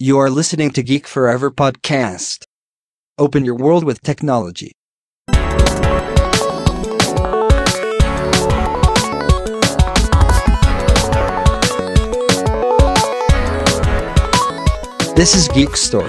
You are listening to Geek Forever podcast. Open your world with technology. This is Geek Story.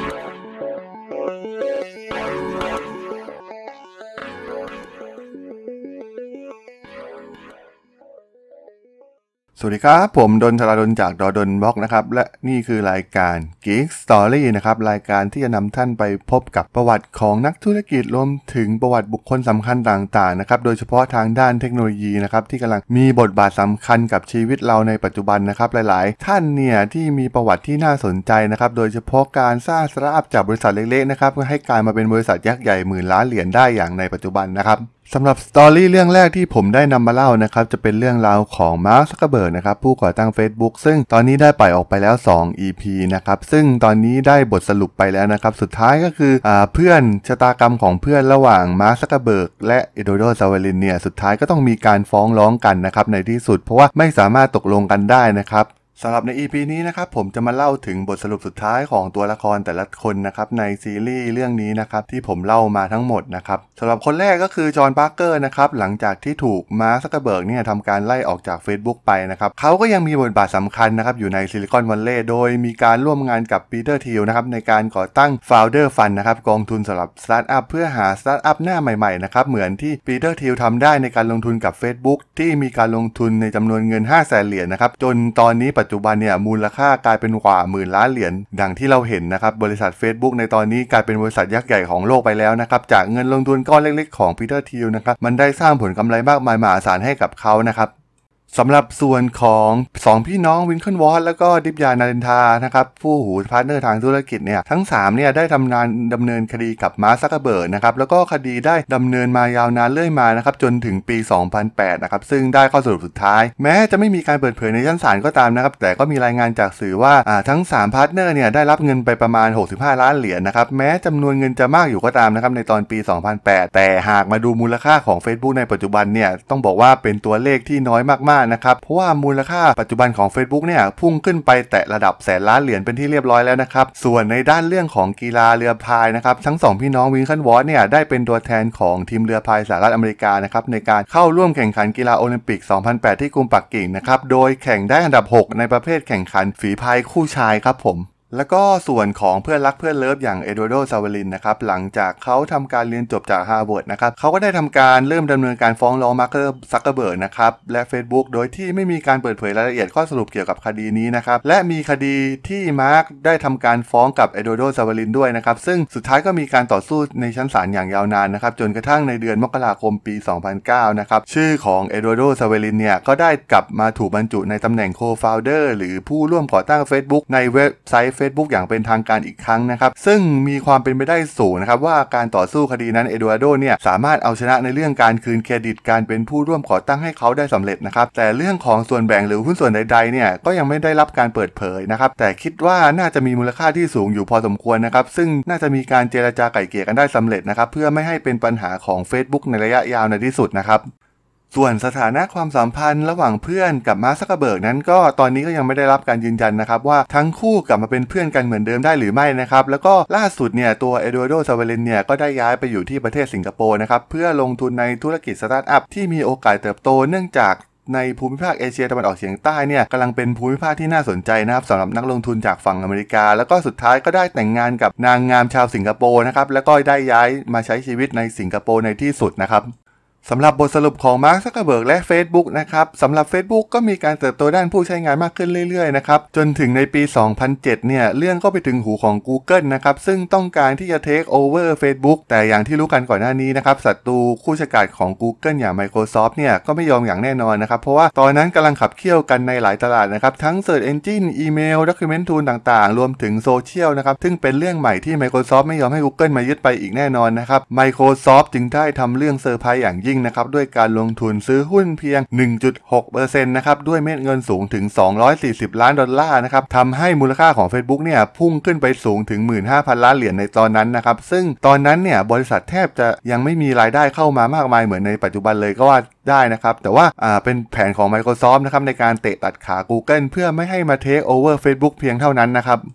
สวัสดีครับผมดนทราดลจากดนบล็อกนะครับและนี่คือรายการ Geek Story นะครับรายการที่จะนำท่านไปพบกับประวัติของนักธุรกิจรวมถึงประวัติบุคคลสำคัญต่างๆนะครับโดยเฉพาะทางด้านเทคโนโลยีนะครับที่กำลังมีบทบาทสำคัญกับชีวิตเราในปัจจุบันนะครับหลายๆท่านเนี่ยที่มีประวัติที่น่าสนใจนะครับโดยเฉพาะการสร้างสตาร์ทอัพจากบริษัทเล็กๆนะครับให้กลายมาเป็นบริษัทยักษ์ใหญ่หมื่นล้านเหรียญได้อย่างในปัจจุบันนะครับสำหรับสตอรี่เรื่องแรกที่ผมได้นำมาเล่านะครับจะเป็นเรื่องราวของมาร์ค ซักเคอร์เบิร์กนะครับผู้ก่อตั้ง Facebook ซึ่งตอนนี้ได้ปล่อยออกไปแล้ว2 EP นะครับซึ่งตอนนี้ได้บทสรุปไปแล้วนะครับสุดท้ายก็คือเพื่อนชะตากรรมของเพื่อนระหว่างมาร์ค ซักเคอร์เบิร์กและเอโดโด ซาวาลินเนี่ยสุดท้ายก็ต้องมีการฟ้องร้องกันนะครับในที่สุดเพราะว่าไม่สามารถตกลงกันได้นะครับสำหรับใน EP นี้นะครับผมจะมาเล่าถึงบทสรุปสุดท้ายของตัวละครแต่ละคนนะครับในซีรีส์เรื่องนี้นะครับที่ผมเล่ามาทั้งหมดนะครับสำหรับคนแรกก็คือจอห์น พาร์เกอร์นะครับหลังจากที่ถูกมาร์ค ซักเคอร์เบิร์กเนี่ยทำการไล่ออกจาก Facebook ไปนะครับเขาก็ยังมีบทบาทสำคัญนะครับอยู่ในซิลิคอนวัลเลย์โดยมีการร่วมงานกับปีเตอร์ thielนะครับในการก่อตั้ง Founder Fund นะครับกองทุนสำหรับสตาร์ทอัพเพื่อหาสตาร์ทอัพหน้าใหม่ๆนะครับเหมือนที่ปีเตอร์ thiel ทำได้ในการลงทุนกับ Facebook ที่มีการลงทุนในจำนวนเงิน 500,000 เหรียญนะครับจนตอนนี้ปัจจุบันเนี่ยมูลค่ากลายเป็นกว่าหมื่นล้านเหรียญดังที่เราเห็นนะครับบริษัท Facebook ในตอนนี้กลายเป็นบริษัทยักษ์ใหญ่ของโลกไปแล้วนะครับจากเงินลงทุนก้อนเล็กๆของปีเตอร์ thiel นะครับมันได้สร้างผลกำไรมากมายมหาศาลให้กับเขานะครับสำหรับส่วนของ2พี่น้องวินเคิลวอตแล้วก็ดิปยานาเรนทานะครับผู้หูพาร์ทเนอร์ทางธุรกิจเนี่ยทั้ง3เนี่ยได้ดำเนินคดีกับมาร์ค ซักเคอร์เบิร์กนะครับแล้วก็คดีได้ดำเนินมายาวนานเรื่อยมานะครับจนถึงปี 2008 นะครับซึ่งได้ข้อสรุปสุดท้ายแม้จะไม่มีการเปิดเผยในชั้นศาลก็ตามนะครับแต่ก็มีรายงานจากสื่อว่าทั้ง3พาร์ทเนอร์เนี่ยได้รับเงินไปประมาณ65ล้านเหรียญนะครับแม้จำนวนเงินจะมากอยู่ก็ตามนะครับในตอนปี 2008 แต่หากมาดูมูลค่าของ Facebook ในปัจจุบันเนี่ยต้องบอกว่าเป็นตัวเลขที่น้อยมากๆนะครับเพราะว่ามูลค่าปัจจุบันของ Facebook เนี่ยพุ่งขึ้นไปแตะระดับแสนล้านเหรียญเป็นที่เรียบร้อยแล้วนะครับส่วนในด้านเรื่องของกีฬาเรือพายนะครับทั้ง2พี่น้องวินเคิลวอตเนี่ยได้เป็นตัวแทนของทีมเรือพายสหรัฐอเมริกานะครับในการเข้าร่วมแข่งขันกีฬาโอลิมปิก 2008 ที่กรุงปักกิ่งนะครับโดยแข่งได้อันดับ 6 ในประเภทแข่งขันฝีพายคู่ชายครับผมแล้วก็ส่วนของเพื่อนรักเพื่อนเลิฟอย่างเอโดโด ซาวาลินนะครับหลังจากเขาทำการเรียนจบจากฮาร์วาร์ดนะครับเขาก็ได้ทำการเริ่มดำเนินการฟ้องร้องมาร์ค ซักเคอร์เบิร์กนะครับและ Facebook โดยที่ไม่มีการเปิดเผยรายละเอียดข้อสรุปเกี่ยวกับคดีนี้นะครับและมีคดีที่มาร์คได้ทำการฟ้องกับเอโดโด ซาวาลินด้วยนะครับซึ่งสุดท้ายก็มีการต่อสู้ในชั้นศาลอย่างยาวนานนะครับจนกระทั่งในเดือนมกราคมปี 2009 นะครับชื่อของเอโดโด ซาวาลินเนี่ยก็ได้กลับมาถูกบรรจุในตำแหน่ง Co-founder หรือผู้ร่วมก่อตั้ง Facebook ในเว็บไซต์ Facebook อย่างเป็นทางการอีกครั้งนะครับซึ่งมีความเป็นไปได้สูงนะครับว่าการต่อสู้คดีนั้นเอโดอาร์โดเนี่ยสามารถเอาชนะในเรื่องการคืนเครดิตการเป็นผู้ร่วมก่อตั้งให้เขาได้สำเร็จนะครับแต่เรื่องของส่วนแบ่งหรือหุ้นส่วนใดๆเนี่ยก็ยังไม่ได้รับการเปิดเผยนะครับแต่คิดว่าน่าจะมีมูลค่าที่สูงอยู่พอสมควรนะครับซึ่งน่าจะมีการเจรจาไกล่เกลี่ยกันได้สำเร็จนะครับเพื่อไม่ให้เป็นปัญหาของ Facebook ในระยะยาวในที่สุดนะครับส่วนสถานะความสัมพันธ์ระหว่างเพื่อนกับมาร์ค ซักเคอร์เบิร์กนั้นก็ตอนนี้ก็ยังไม่ได้รับการยืนยันนะครับว่าทั้งคู่กลับมาเป็นเพื่อนกันเหมือนเดิมได้หรือไม่นะครับแล้วก็ล่าสุดเนี่ยตัวเอโดโด ซาวาลินเนี่ยก็ได้ย้ายไปอยู่ที่ประเทศสิงคโปร์นะครับเพื่อลงทุนในธุรกิจสตาร์ทอัพที่มีโอกาสเติบโตเนื่องจากในภูมิภาคเอเชียตะวันออกเฉียงใต้เนี่ยกำลังเป็นภูมิภาคที่น่าสนใจนะครับสำหรับนักลงทุนจากฝั่งอเมริกาแล้วก็สุดท้ายก็ได้แต่งงานกับนางงามชาวสิงคโปร์นะครับแล้วก็ได้ย้ายมาใช้ชีวิตในสิงคโปร์ในที่สุดนะครับสำหรับบทสรุปของมาร์ค ซักเคอร์เบิร์กและ Facebook นะครับสำหรับ Facebook ก็มีการเติบโตด้านผู้ใช้งานมากขึ้นเรื่อยๆนะครับจนถึงในปี 2007 เนี่ยเรื่องก็ไปถึงหูของ Google นะครับซึ่งต้องการที่จะ take over Facebook แต่อย่างที่รู้กันก่อนหน้านี้นะครับศัตรูคู่ฉกาจของ Google อย่าง Microsoft เนี่ยก็ไม่ยอมอย่างแน่นอนนะครับเพราะว่าตอนนั้นกำลังขับเคี่ยวกันในหลายตลาดนะครับทั้ง Search Engine อีเมล Document Tool ต่างๆรวมถึงโซเชียลนะครับซึ่งเป็นเรื่องใหม่ที่ Microsoft ไม่ยอมให้ Google มายึดไปอีกแน่นอนนะครับ Microsoft จึงได้ทำเรื่องเซอร์ไพรส์อย่างยิ่งนะครับด้วยการลงทุนซื้อหุ้นเพียง 1.6% นะครับด้วยเม็ดเงินสูงถึง$240 ล้านนะครับทำให้มูลค่าของ Facebook เนี่ยพุ่งขึ้นไปสูงถึง 15,000 ล้านเหรียญในตอนนั้นนะครับซึ่งตอนนั้นเนี่ยบริษัทแทบจะยังไม่มีรายได้เข้ามามากมายเหมือนในปัจจุบันเลยก็ว่าได้นะครับแต่ว่าเป็นแผนของ Microsoft นะครับในการเตะตัดขา Google เพื่อไม่ให้มา take over Facebook เพียงเท่านั้นนะครับ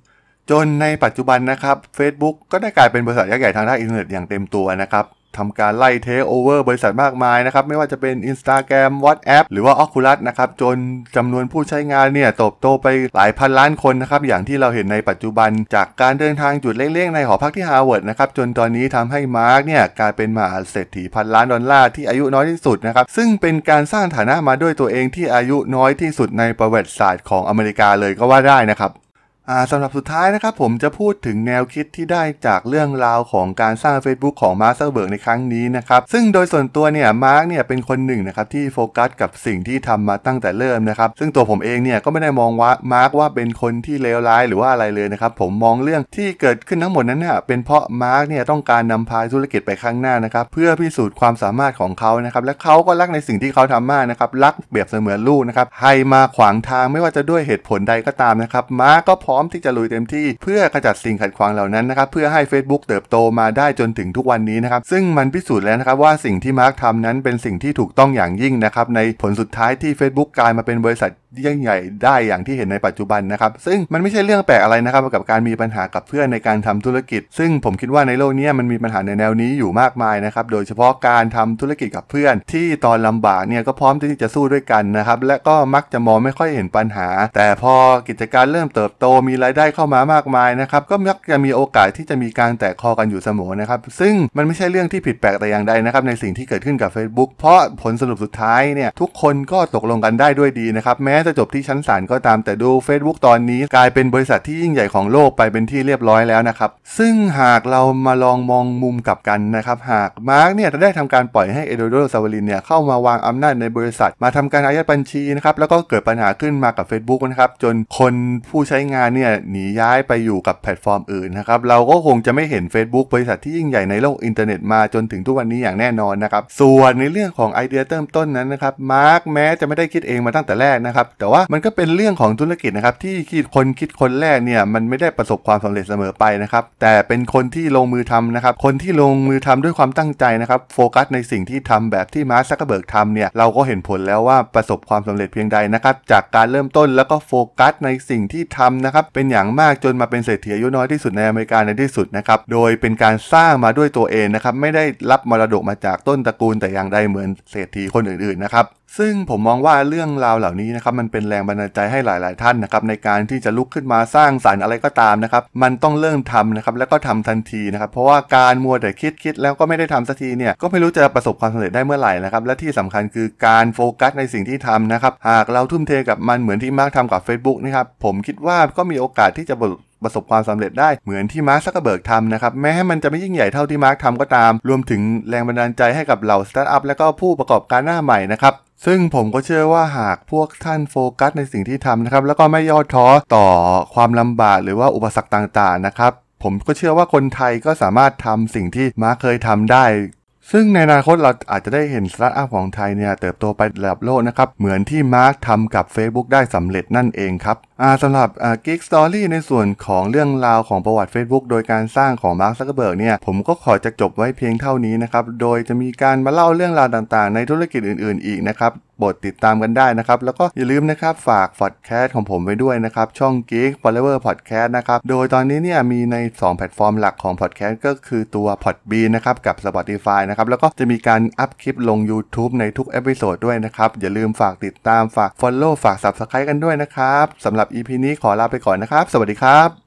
จนในปัจจุบันนะครับ Facebook ก็ได้กลายเป็นบริษัทยักษ์ใหญ่ทางด้านอินเทอร์เน็ตอย่างเต็มตัวนะครับทำการไล่เทคโอเวอร์บริษัทมากมายนะครับไม่ว่าจะเป็น Instagram WhatsApp หรือว่า Oculus นะครับจนจำนวนผู้ใช้งานเนี่ยเติบโตไปหลายพันล้านคนนะครับอย่างที่เราเห็นในปัจจุบันจากการเดินทางจุดเล็กๆในหอพักที่ฮาร์วาร์ดนะครับจนตอนนี้ทำให้มาร์กเนี่ยกลายเป็นมหาเศรษฐีพันล้านดอลลาร์ที่อายุน้อยที่สุดนะครับซึ่งเป็นการสร้างฐานะมาด้วยตัวเองที่อายุน้อยที่สุดในประวัติศาสตร์ของอเมริกาเลยก็ว่าได้นะครับสำหรับสุดท้ายนะครับผมจะพูดถึงแนวคิดที่ได้จากเรื่องราวของการสร้าง Facebook ของมาร์ค ซักเคอร์เบิร์กในครั้งนี้นะครับซึ่งโดยส่วนตัวเนี่ยมาร์คเนี่ยเป็นคนหนึ่งนะครับที่โฟกัสกับสิ่งที่ทำมาตั้งแต่เริ่มนะครับซึ่งตัวผมเองเนี่ยก็ไม่ได้มองว่ามาร์คว่าเป็นคนที่เลวร้ายหรือว่าอะไรเลยนะครับผมมองเรื่องที่เกิดขึ้นทั้งหมดนั้นเนี่ยเป็นเพราะมาร์คเนี่ยต้องการนำพาธุรกิจไปข้างหน้านะครับเพื่อพิสูจน์ความสามารถของเขานะครับและเขาก็รักในสิ่งที่เขาทำมากนะครับรักเปรียบเสมือนลูกนะครับใครมาขวางทางไม่ว่าจะด้วยเหตุผลใดก็ตามนะครับมาร์คก็พร้อมที่จะลุยเต็มที่เพื่อขจัดสิ่งขัดขวางเหล่านั้นนะครับเพื่อให้ Facebook เติบโตมาได้จนถึงทุกวันนี้นะครับซึ่งมันพิสูจน์แล้วนะครับว่าสิ่งที่มาร์คทำนั้นเป็นสิ่งที่ถูกต้องอย่างยิ่งนะครับในผลสุดท้ายที่ Facebook กลายมาเป็นบริษัทยิ่งใหญ่ได้อย่างที่เห็นในปัจจุบันนะครับซึ่งมันไม่ใช่เรื่องแปลกอะไรนะครับกับการมีปัญหากับเพื่อนในการทำธุรกิจซึ่งผมคิดว่าในโลกนี้มันมีปัญหาในแนวนี้อยู่มากมายนะครับโดยเฉพาะการทำธุรกิจกับเพื่อนที่ตอนลำบากเนี่ยก็พร้อมที่จะสู้ด้วยกันนะครับและก็มักจะมองไม่ค่อยเห็นปัญหาแต่พอกิจการเริ่มเติบโตมีรายได้เข้ามามากมายนะครับก็มักจะมีโอกาสที่จะมีการแตกคอกันอยู่เสมอนะครับซึ่งมันไม่ใช่เรื่องที่ผิดแปลกแต่อย่างใดนะครับในสิ่งที่เกิดขึ้นกับ Facebook เพราะผลสรุปสุดท้ายเนี่ยทุกคนก็ตกลงกันได้ด้วยดีนะครับแม้จะจบที่ชั้นศาลก็ตามแต่ดู Facebook ตอนนี้กลายเป็นบริษัทที่ยิ่งใหญ่ของโลกไปเป็นที่เรียบร้อยแล้วนะครับซึ่งหากเรามาลองมองมุมกลับกันนะครับหากมาร์คเนี่ยได้ทำการปล่อยให้เอโดโด ซาวาลินเนี่ยเข้ามาวางอำนาจในบริษัทมาทำการอายัดบัญชีนะครับแล้วก็เกิดปัญหาขึ้นมากับ Facebook นะครับจนคนผู้ใช้งานเนี่ยหนีย้ายไปอยู่กับแพลตฟอร์มอื่นนะครับเราก็คงจะไม่เห็น Facebook บริษัทที่ยิ่งใหญ่ในโลกอินเทอร์เน็ตมาจนถึงทุกวันนี้อย่างแน่นอนนะครับส่วนในเรื่องของไอเดียเริ่มต้นนั้นนะครับมาร์คแม้จะไม่ได้คิดเองมาตั้งแต่แรกนะครับแต่ว่ามันก็เป็นเรื่องของธุรกิจนะครับที่คิดคนแรกเนี่ยมันไม่ได้ประสบความสำเร็จเสมอไปนะครับแต่เป็นคนที่ลงมือทำนะครับคนที่ลงมือทำด้วยความตั้งใจนะครับโฟกัสในสิ่งที่ทำแบบที่มาร์ค ซักเคอร์เบิร์กทำเนี่ยเราก็เห็นผลแล้วว่าประสบความสำเร็จเพียงใดนะครับจากการเริ่มต้นแล้วก็โฟกัสในสิ่งที่ทำนะครับเป็นอย่างมากจนมาเป็นเศรษฐีอายุน้อยที่สุดในอเมริกาในที่สุดนะครับโดยเป็นการสร้างมาด้วยตัวเองนะครับไม่ได้รับมรดกมาจากต้นตระกูลแต่อย่างใดเหมือนเศรษฐีคนอื่นๆนะครับซึ่งผมมองว่าเรื่องราวเหล่านี้นะครับมันเป็นแรงบันดาลใจให้หลายๆท่านนะครับในการที่จะลุกขึ้นมาสร้างสรรค์อะไรก็ตามนะครับมันต้องเริ่มทำนะครับแล้วก็ทำทันทีนะครับเพราะว่าการมัวแต่คิดแล้วก็ไม่ได้ทำสักทีเนี่ยก็ไม่รู้จะประสบความสำเร็จได้เมื่อไหร่นะครับและที่สำคัญคือการโฟกัสในสิ่งที่ทำนะครับหากเราทุ่มเทกับมันเหมือนที่มาร์คทำกับ Facebook นะครับผมคิดว่าก็มีโอกาสที่จะประสบความสำเร็จได้เหมือนที่มาร์ค ซักเคอร์เบิร์กทำนะครับแม้มันจะไม่ยิ่งใหญ่เท่าที่มาร์คทำก็ตามรวมถึงแรงบันดาลใจให้กับเหล่าสตาร์ทอัพและก็ผู้ประกอบการหน้าใหม่นะครับซึ่งผมก็เชื่อว่าหากพวกท่านโฟกัสในสิ่งที่ทำนะครับแล้วก็ไม่ย่อท้อต่อความลำบากหรือว่าอุปสรรคต่างๆนะครับผมก็เชื่อว่าคนไทยก็สามารถทำสิ่งที่มาร์คเคยทำได้ซึ่งในอนาคตเราอาจจะได้เห็นสตาร์ทอัพของไทยเนี่ยเติบโตไประดับโลกนะครับเหมือนที่มาร์คทำกับ Facebook ได้สำเร็จนั่นเองครับสำหรับGeek Story ในส่วนของเรื่องราวของประวัติ Facebook โดยการสร้างของมาร์ค ซักเคอร์เบิร์กเนี่ยผมก็ขอจะจบไว้เพียงเท่านี้นะครับโดยจะมีการมาเล่าเรื่องราวต่างๆในธุรกิจอื่นๆอีกนะครับโปรดติดตามกันได้นะครับแล้วก็อย่าลืมนะครับฝากพอดแคสต์ของผมไว้ด้วยนะครับช่อง Geek Forever Podcast นะครับโดยตอนนี้เนี่ยมีใน2แพลตฟอร์มหลักของพอดแคสต์ก็คือตัว Podbean นะครับกับ Spotify นะครับแล้วก็จะมีการอัพคลิปลง YouTube ในทุกเอพิโซดด้วยนะครับอย่าลืมฝากติดตามฝาก Follow ฝาก Subscribe กันด้วยนะครับสำหรับ EP นี้ขอลาไปก่อนนะครับสวัสดีครับ